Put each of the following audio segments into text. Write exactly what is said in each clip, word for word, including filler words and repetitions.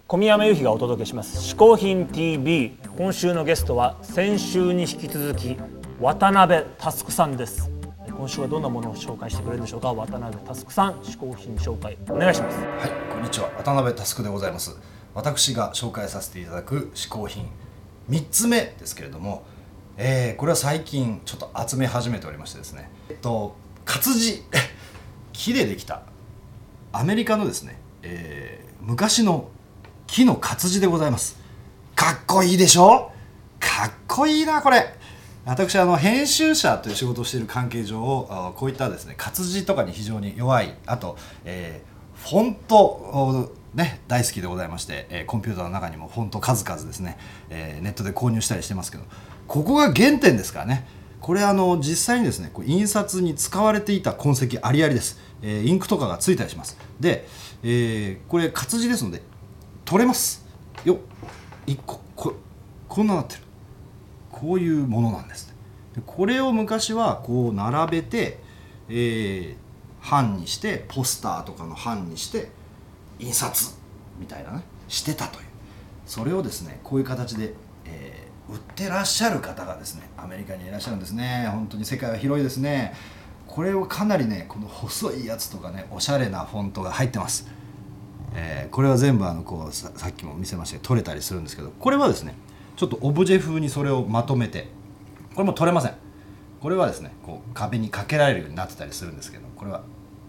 小宮山由紀がお届けします嗜好品 ティーブイ。 今週のゲストは先週に引き続き渡辺佑さんです。今週はどんなものを紹介してくれるんでしょうか。渡辺佑さん、嗜好品紹介お願いします。 はい、こんにちは、渡辺佑でございます。私が紹介させていただく嗜好品みっつめですけれども、えー、これは最近ちょっと集め始めておりましてですね、えっと活字木でできたアメリカのですね、えー、昔の木の活字でございます。かっこいいでしょ。かっこいいなこれ。私あの編集者という仕事をしている関係上、こういったですね活字とかに非常に弱い、あと、えー、フォントね大好きでございまして、えー、コンピューターの中にもフォント数々ですね、えー、ネットで購入したりしてますけど、ここが原点ですからね。これあの実際にですねこう印刷に使われていた痕跡ありありです。えー、インクとかがついたりします。で、えー、これ活字ですので取れますよ。いっこ こ, こんななってる、こういうものなんです。でこれを昔はこう並べて、えー、版にしてポスターとかの版にして印刷みたいなねしてたという、それをですねこういう形で、えー、売ってらっしゃる方がですねアメリカにいらっしゃるんですね。本当に世界は広いですね。これをかなりねこの細いやつとかねおしゃれなフォントが入ってます。えー、これは全部あのこう さ, さっきも見せましたけど取れたりするんですけど、これはですねちょっとオブジェ風にそれをまとめて、これも取れません。これはですねこう壁にかけられるようになってたりするんですけど、これは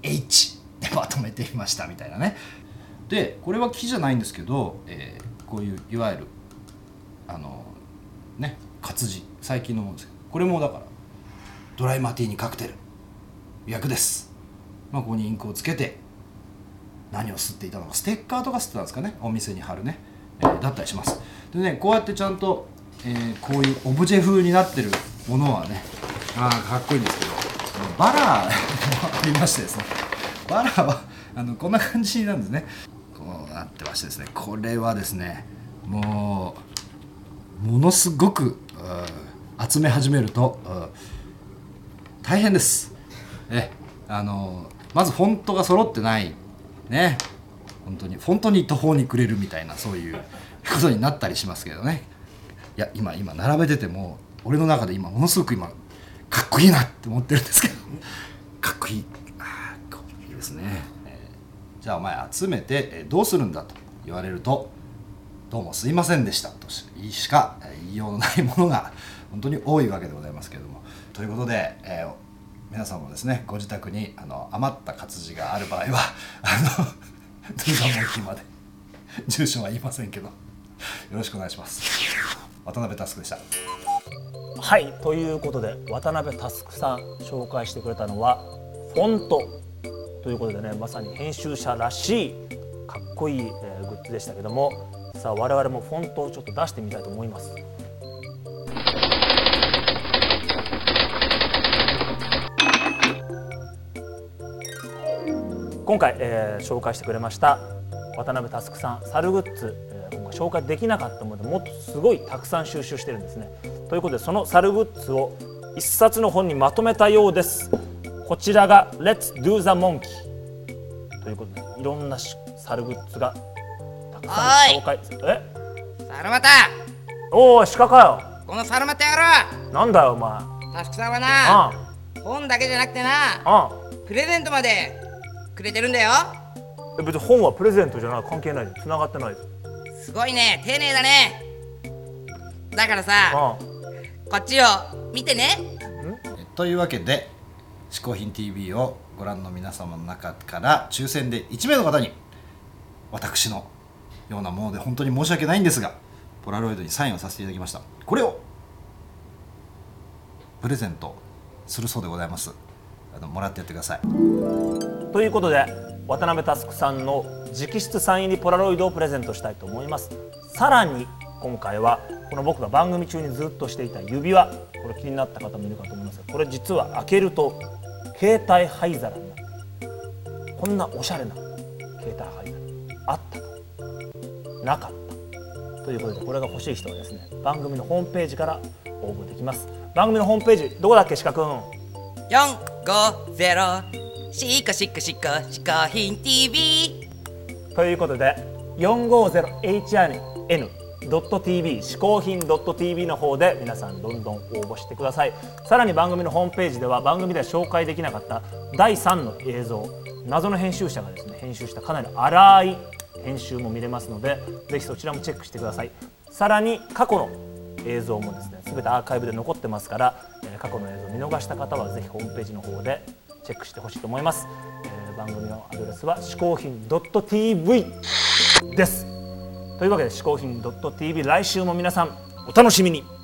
H でまとめてみましたみたいなね。でこれは木じゃないんですけど、えー、こういういわゆるあのね活字最近のものですけど、これもだからドライマティーニカクテル役です。まあ、ここにインクをつけて何を吸っていたのか、ステッカーとか吸ってたんですかね、お店に貼るね、えー、だったりします。でねこうやってちゃんと、えー、こういうオブジェ風になってるものはねあかっこいいんですけど、バラありましてですね、バラはあのこんな感じなんですね。こうなってましてですね、これはですねもうものすごく集め始めると大変です。えあのまずフォントが揃ってないね、本当にフォントに途方に暮れるみたいなそういうことになったりしますけどね。いや今今並べてても俺の中で今ものすごく今かっこいいなって思ってるんですけどかっこいい、あーかっこいいですね。えー、じゃあお前集めて、えー、どうするんだと言われると、どうもすいませんでしたとしか言いようのないものが本当に多いわけでございますけれども、ということで、えー皆さんもですねご自宅にあの余った活字がある場合はあのドゥーザモンキーまで住所は言いませんけどよろしくお願いします。渡辺佑でした。 はい、ということで渡辺佑さん紹介してくれたのはフォントということでね、まさに編集者らしいかっこいい、えー、グッズでしたけども、さあ我々もフォントをちょっと出してみたいと思います。今回、えー、紹介してくれました渡辺佑さん、猿グッズ、えー、今回紹介できなかったものでもっとすごいたくさん収集してるんですね。ということでその猿グッズを一冊の本にまとめたようです。こちらが Let's Do the Monkey ということでいろんな猿グッズがたくさん紹介。え猿股、 おお鹿かよ。 この猿股野郎なんだよお前。 佑さんはなああ本だけじゃなくてなあプレゼントまでくれてるんだよ。 え別に本はプレゼントじゃない、関係ないで繋がってないです。 すごいね、丁寧だね。だからさあこっちを見てね。 というわけで嗜好品 ティーブイ をご覧の皆様の中から抽選でいち名の方に私のようなもので本当に申し訳ないんですがポラロイドにサインをさせていただきました。これをプレゼントするそうでございます。あのもらってやってください。 ということで渡辺佑さんの直筆サイン入りポラロイドをプレゼントしたいと思います。さらに今回はこの僕が番組中にずっとしていた指輪、これ気になった方もいるかと思いますが、これ実は開けると携帯灰皿になって、こんなおしゃれな携帯灰皿あったとなかったということで、これが欲しい人はですね番組のホームページから応募できます。番組のホームページどこだっけ、鹿くん。 よんごゼロシコシコシコ嗜好品 ティーブイということでよんごゼロエイチアイエヌドットティービー 嗜好品 ドットティービー の方で皆さんどんどん応募してください。さらに番組のホームページでは番組では紹介できなかっただいさんの映像、謎の編集者がですね編集したかなり荒い編集も見れますので、ぜひそちらもチェックしてください。さらに過去の映像もですね全てアーカイブで残ってますから、えー、過去の映像を見逃した方はぜひホームページの方でチェックしてほしいと思います。えー、番組のアドレスは嗜好品 ドットティーブイ です。というわけで嗜好品 ドットティービー 来週も皆さんお楽しみに。